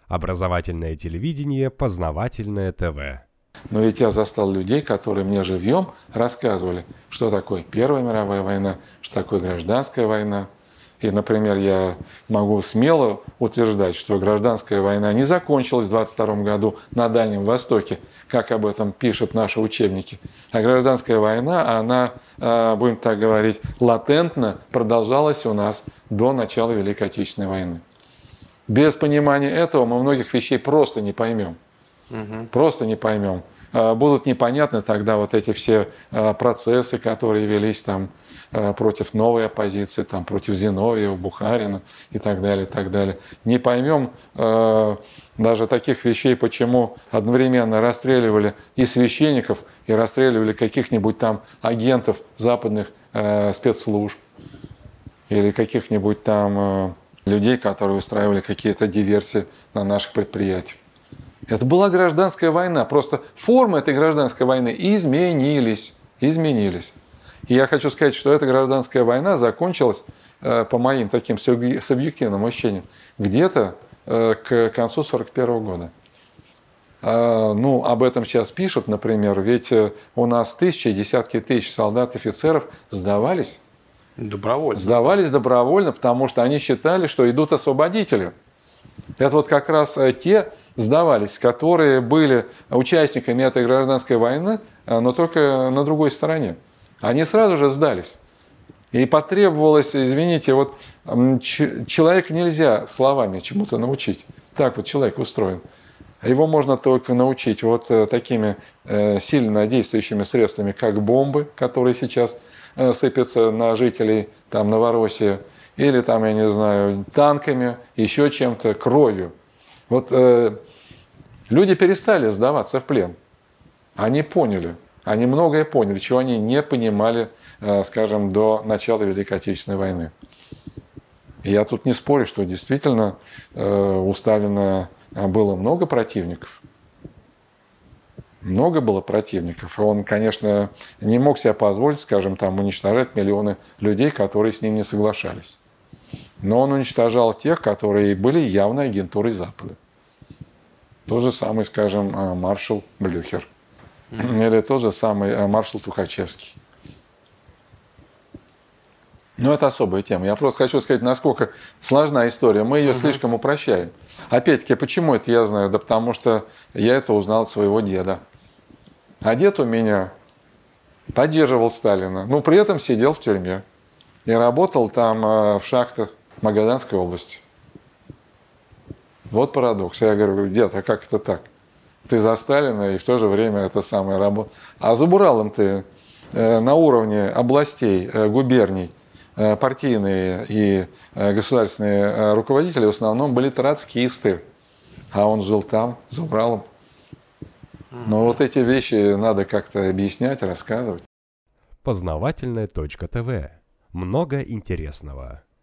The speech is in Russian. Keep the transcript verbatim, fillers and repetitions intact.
Образовательное телевидение, познавательное ТВ. Но ведь я застал людей, которые мне живьем рассказывали, что такое Первая мировая война, что такое гражданская война. И, например, я могу смело утверждать, что гражданская война не закончилась в двадцать втором году на Дальнем Востоке, как об этом пишут наши учебники. А гражданская война, она, будем так говорить, латентно продолжалась у нас до начала Великой Отечественной войны. Без понимания этого мы многих вещей просто не поймем. Угу. Просто не поймем. Будут непонятны тогда вот эти все процессы, которые велись там против новой оппозиции, там, против Зиновьева, Бухарина и так далее, и так далее. Не поймем э, даже таких вещей, почему одновременно расстреливали и священников, и расстреливали каких-нибудь там агентов западных э, спецслужб, или каких-нибудь там э, людей, которые устраивали какие-то диверсии на наших предприятиях. Это была гражданская война, просто формы этой гражданской войны изменились, изменились. И я хочу сказать, что эта гражданская война закончилась, по моим таким субъективным ощущениям, где-то к концу сорок первого года. Ну, об этом сейчас пишут, например, ведь у нас тысячи, десятки тысяч солдат, офицеров сдавались. Добровольно. Сдавались добровольно, потому что они считали, что идут освободители. Это вот как раз те сдавались, которые были участниками этой гражданской войны, но только на другой стороне. Они сразу же сдались. И потребовалось, извините, вот человека нельзя словами чему-то научить. Так вот человек устроен. Его можно только научить вот такими сильно действующими средствами, как бомбы, которые сейчас сыпятся на жителей там, Новороссии, или там, я не знаю, танками, еще чем-то, кровью. Вот э, люди перестали сдаваться в плен. Они поняли. Они многое поняли, чего они не понимали, скажем, до начала Великой Отечественной войны. И я тут не спорю, что действительно у Сталина было много противников. Много было противников. Он, конечно, не мог себе позволить, скажем, там, уничтожать миллионы людей, которые с ним не соглашались. Но он уничтожал тех, которые были явной агентурой Запада. Тот же самый, скажем, маршал Блюхер. Или тот же самый маршал Тухачевский. Но это особая тема. Я просто хочу сказать, насколько сложна история. Мы ее uh-huh. слишком упрощаем. Опять-таки, почему это я знаю? Да потому что я это узнал от своего деда. А дед у меня поддерживал Сталина, но при этом сидел в тюрьме. И работал там в шахтах Магаданской области. Вот парадокс. Я говорю, дед, а как это так? Ты за Сталина и в то же время это самое работа. А за Буралом ты э, на уровне областей, э, губерний, э, партийные и э, государственные э, руководители в основном были троцкисты. А он жил там, за Уралом. Но вот эти вещи надо как-то объяснять, рассказывать. Познавательное точка ТВ. Много интересного.